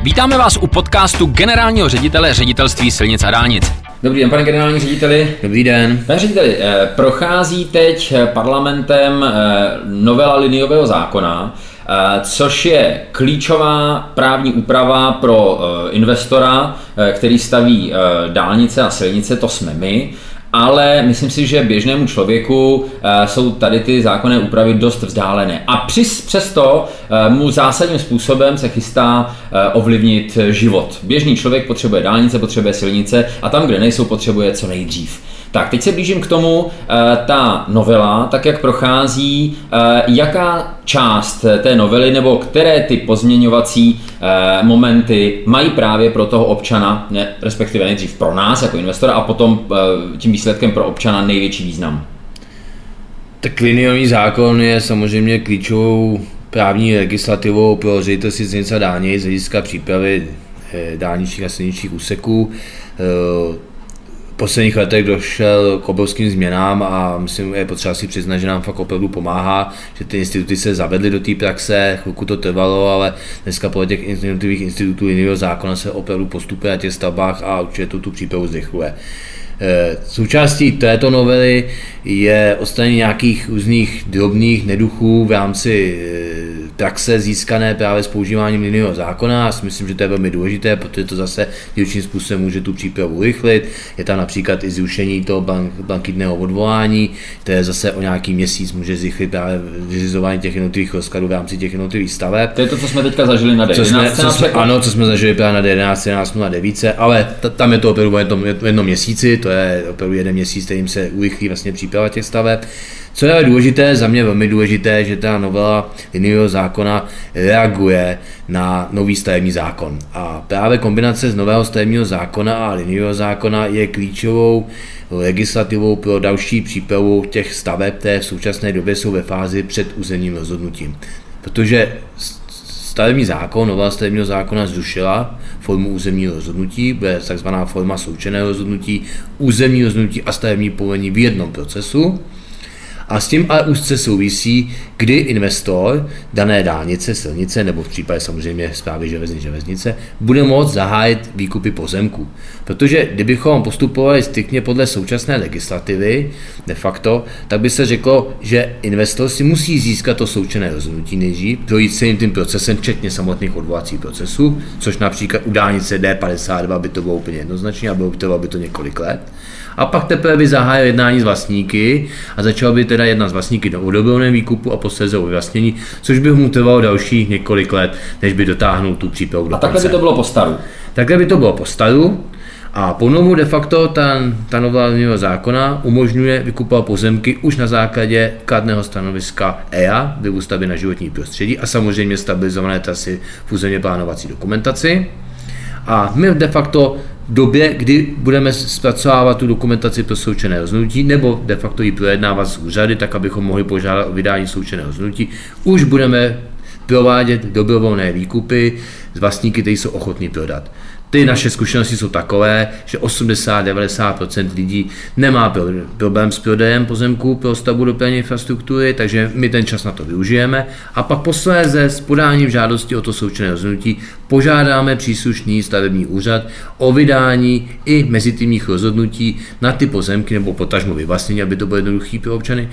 Vítáme vás u podcastu generálního ředitele Ředitelství silnic a dálnic. Dobrý den, pane generální řediteli. Dobrý den. Pane řediteli, prochází teď parlamentem novela liniového zákona, což je klíčová právní úprava pro investora, který staví dálnice a silnice, to jsme my. Ale myslím si, že běžnému člověku jsou tady ty zákonné úpravy dost vzdálené. A přesto mu zásadním způsobem se chystá ovlivnit život. Běžný člověk potřebuje dálnice, potřebuje silnice a tam, kde nejsou, potřebuje co nejdřív. Tak, teď se blížím k tomu, ta novela, tak jak prochází, jaká část té novely nebo které ty pozměňovací momenty mají právě pro toho občana, respektive nejdřív pro nás jako investora a potom tím výsledkem pro občana největší význam. Tak liniový zákon je samozřejmě klíčovou právní legislativou pro Ředitelství silnic a dálnic z hlediska přípravy dálničních a silničních úseků. V posledních letech došel k obrovským změnám a myslím, je potřeba si přiznat, že nám fakt opravdu pomáhá, že ty instituty se zavedly do té praxe, chvilku to trvalo, ale dneska podle těch jednotlivých institutů liniového zákona se opravdu postupuje na těch stavbách a určitě to tu přípravu zrychluje. Součástí této novely je odstranění nějakých různých drobných neduchů v rámci praxe získané právě s používáním liniového zákona. Já si myslím, že to je velmi důležité, protože to zase dílčím způsobem může tu přípravu urychlit. Je tam například i zrušení toho blankitného odvolání, které zase o nějaký měsíc může zrychlit právě vyřizování těch jednotlivých rozkladů v rámci těch jednotlivých staveb. To je to, co jsme teďka zažili na D11. Co jsme zažili právě na D11, na D9, ale tam je to opravdu v jednom měsíci, to je opravdu jeden měsíc, kterým se urychlí vlastně příprava těch staveb. Co je důležité, za mě velmi důležité, že ta novela liniového zákona reaguje na nový stavební zákon. A právě kombinace z nového stavebního zákona a liniového zákona je klíčovou legislativou pro další přípravu těch staveb, které v současné době jsou ve fázi před územním rozhodnutím. Protože stavební zákon, novela stavebního zákona zrušila formu územního rozhodnutí, bude takzvaná forma sloučeného rozhodnutí, územní rozhodnutí a stavební povolení v jednom procesu. A s tím ale úzce souvisí, kdy investor dané dálnice, silnice nebo v případě samozřejmě správy železnice bude moct zahájit výkupy pozemků. Protože kdybychom postupovali striktně podle současné legislativy, de facto, tak by se řeklo, že investor si musí získat to sloučené rozhodnutí nejdřív, projít celým tím procesem, včetně samotných odvolacích procesů, což například u dálnice D52 by to bylo úplně jednoznačně a bylo by to několik let. A pak teprve by zahájil jednání s vlastníky a začal by teda jednat s vlastníky o dobrovolném výkupu a posléze o vyvlastnění, což by mu trvalo dalších několik let, než by dotáhnul tu přípravu do konce. A takhle by to bylo po staru? Takhle by to bylo po staru a po novu de facto ta novela liniového zákona umožňuje vykupovat pozemky už na základě kladného stanoviska EIA, vlivu stavby na životní prostředí a samozřejmě stabilizované trasy v územně plánovací dokumentaci. A my de facto v době, kdy budeme zpracovávat tu dokumentaci pro sloučené rozhodnutí nebo de facto ji projednávat s úřady, tak abychom mohli požádat o vydání sloučeného rozhodnutí, už budeme provádět dobrovolné výkupy z vlastníky, kteří jsou ochotní prodat. Ty naše zkušenosti jsou takové, že 80-90% lidí nemá problém s prodejem pozemků pro stavbu dopravní infrastruktury, takže my ten čas na to využijeme a pak posléze s podáním žádosti o to sloučené rozhodnutí požádáme příslušný stavební úřad o vydání i mezitímních rozhodnutí na ty pozemky nebo potažmo vyvlastnění, aby to bylo jednoduché pro občany,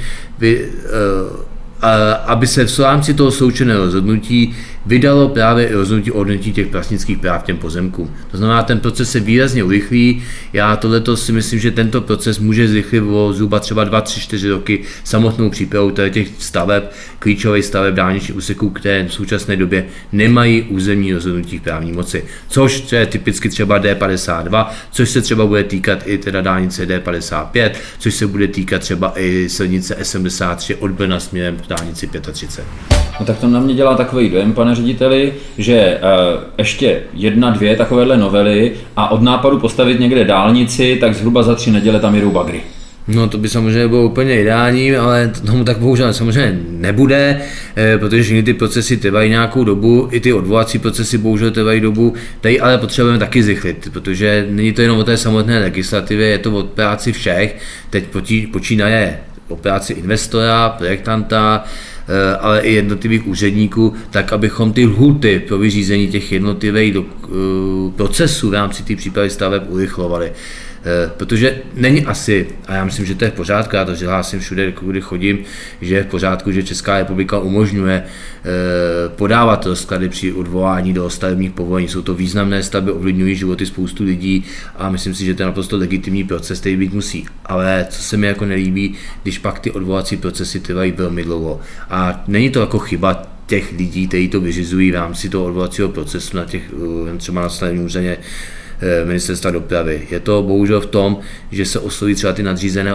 aby se v rámci toho sloučeného rozhodnutí vydalo právě rozhodnutí o odnětí těch vlastnických práv těm pozemkům. To znamená, ten proces se výrazně urychlí. Já tohleto si myslím, že tento proces může zrychlit o zhruba třeba 2-3-4 roky samotnou přípravu těch staveb, klíčových staveb dálničních úseků, které v současné době nemají územní rozhodnutí v právní moci. Což je typicky třeba D52, což se třeba bude týkat i teda dálnice D55, což se bude týkat třeba i silnice S73 od Brna směrem k dálnici 35. No tak to na mě dělá takový dojem, pane řediteli, že ještě 1-2 takovéhle novely a od nápadu postavit někde dálnici, tak zhruba za 3 neděle tam jedou bagry. No to by samozřejmě bylo úplně ideální, ale tomu tak bohužel samozřejmě nebude, protože všechny ty procesy trvají nějakou dobu, i ty odvolací procesy bohužel trvají dobu, tady ale potřebujeme taky zrychlit, protože není to jenom o té samotné legislativě, je to o práci všech, teď počínaje o práci investora, projektanta, ale i jednotlivých úředníků, tak abychom ty lhůty pro vyřízení těch jednotlivých procesů v rámci té přípravy staveb urychlovali. Protože není asi, a já myslím, že to je v pořádku, já to hlásím všude, kudy chodím, že je v pořádku, že Česká republika umožňuje podávat rozklady při odvolání do stavebních povolení. Jsou to významné stavby, ovlivňují životy spoustu lidí a myslím si, že to je naprosto legitimní proces, který být musí. Ale co se mi jako nelíbí, když pak ty odvolací procesy trvají velmi dlouho. A není to jako chyba těch lidí, kteří to vyřizují v rámci toho odvolacího procesu na těch třeba na stavebním úřadě Ministerstva dopravy. Je to bohužel v tom, že se osloví třeba ty nadřízené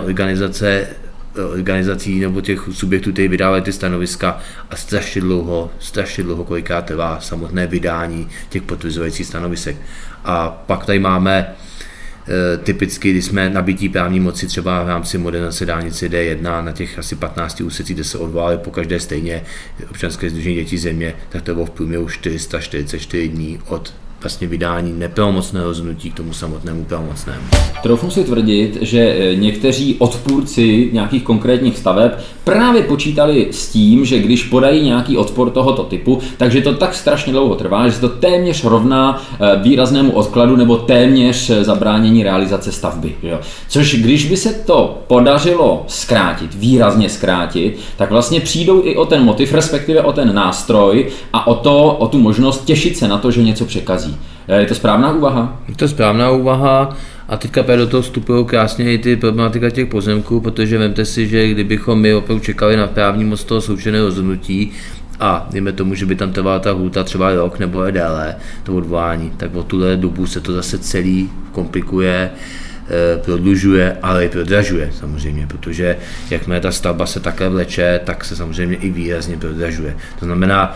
organizací nebo těch subjektů, které vydávají ty stanoviska a strašně dlouho kolikrát trvá samotné vydání těch potvrzujících stanovisek. A pak tady máme typicky, když jsme nabití právní moci třeba v rámci modernizace dálnice D1 na těch asi 15 úsecích, kde se odvolali po každé stejně občanské sdružení dětí země, tak to bylo v průměru 444 dní od vlastně vydání nepravomocného rozhodnutí k tomu samotnému pravomocnému. Troufnu si tvrdit, že někteří odpůrci nějakých konkrétních staveb právě počítali s tím, že když podají nějaký odpor tohoto typu, takže to tak strašně dlouho trvá, že se to téměř rovná výraznému odkladu nebo téměř zabránění realizace stavby. Jo. Což když by se to podařilo zkrátit, výrazně zkrátit, tak vlastně přijdou i o ten motiv, respektive o ten nástroj a o tu možnost těšit se na to, že něco překazí. Je to správná úvaha? Je to správná úvaha a teďka do toho vstupují krásně i ty problematika těch pozemků, protože vemte si, že kdybychom my opravdu čekali na právní moc toho součinného rozhodnutí a dejme tomu, že by tam trvala ta lhůta třeba rok nebo déle, to odvolání, tak od tuhle dobu se to zase celý komplikuje, prodlužuje, ale i prodražuje samozřejmě, protože jakmile ta stavba se takhle vleče, tak se samozřejmě i výrazně prodražuje. To znamená,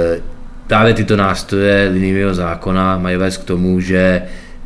právě tyto nástroje liniového zákona mají vést k tomu, že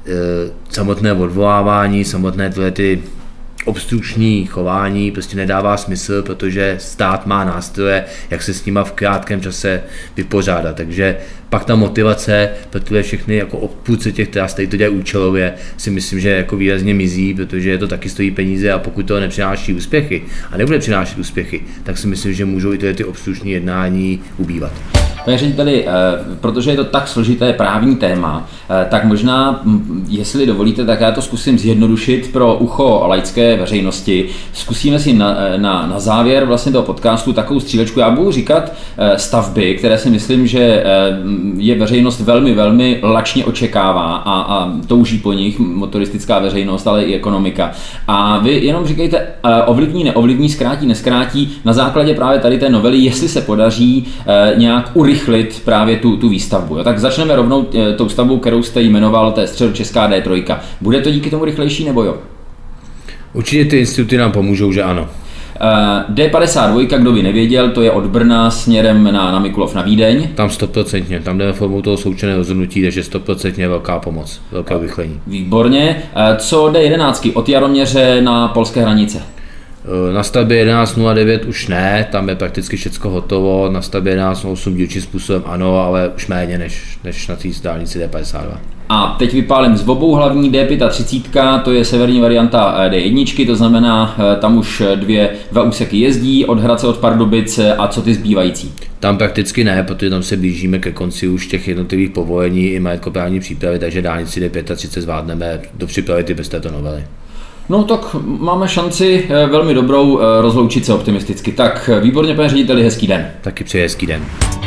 samotné odvolávání, samotné ty obstrukční chování prostě nedává smysl, protože stát má nástroje, jak se s nima v krátkém čase vypořádat. Takže pak ta motivace pro tyhle všechny jako odpůrce těch tras, tady to dělají účelově, si myslím, že jako výrazně mizí, protože to taky stojí peníze a pokud to nepřináší úspěchy a nebude přinášet úspěchy, tak si myslím, že můžou i ty obstrukční jednání ubývat. Pane řediteli, protože je to tak složité právní téma, tak možná, jestli dovolíte, tak já to zkusím zjednodušit pro ucho laické veřejnosti. Zkusíme si na závěr vlastně toho podcastu takovou střílečku. Já budu říkat stavby, které si myslím, že je veřejnost velmi, velmi lačně očekává a touží po nich motoristická veřejnost, ale i ekonomika. A vy jenom říkejte, ovlivní, neovlivní, zkrátí, neskrátí, na základě právě tady té novely, jestli se podaří nějak urychlit právě tu výstavbu. Jo? Tak začneme rovnou tou stavbou, kterou jste jmenoval, to je středočeská D3. Bude to díky tomu rychlejší nebo jo? Určitě ty instituty nám pomůžou, že ano. D52, kdo by nevěděl, to je od Brna směrem na Mikulov na Vídeň. Tam 100%, tam jdeme formou toho součinného rozhodnutí, takže 100% velká pomoc, velké urychlení. Výborně. Co D11 od Jaroměře na polské hranice? Na stavbě 11.09 už ne, tam je prakticky všecko hotovo, na stavbě 11.08 dílčím způsobem ano, ale už méně než na té dálnici D52. A teď vypálím z obou hlavní D35, to je severní varianta D1, to znamená, tam už dva úseky jezdí, od Hradce, od Pardubic, a co ty zbývající? Tam prakticky ne, protože tam se blížíme ke konci už těch jednotlivých povolení i majetkoprávní přípravy, takže dálnici D35 zvládneme dopřipravit i bez této novely. No tak máme šanci velmi dobrou rozloučit se optimisticky. Tak výborně, pane řediteli, hezký den. Taky přeji hezký den.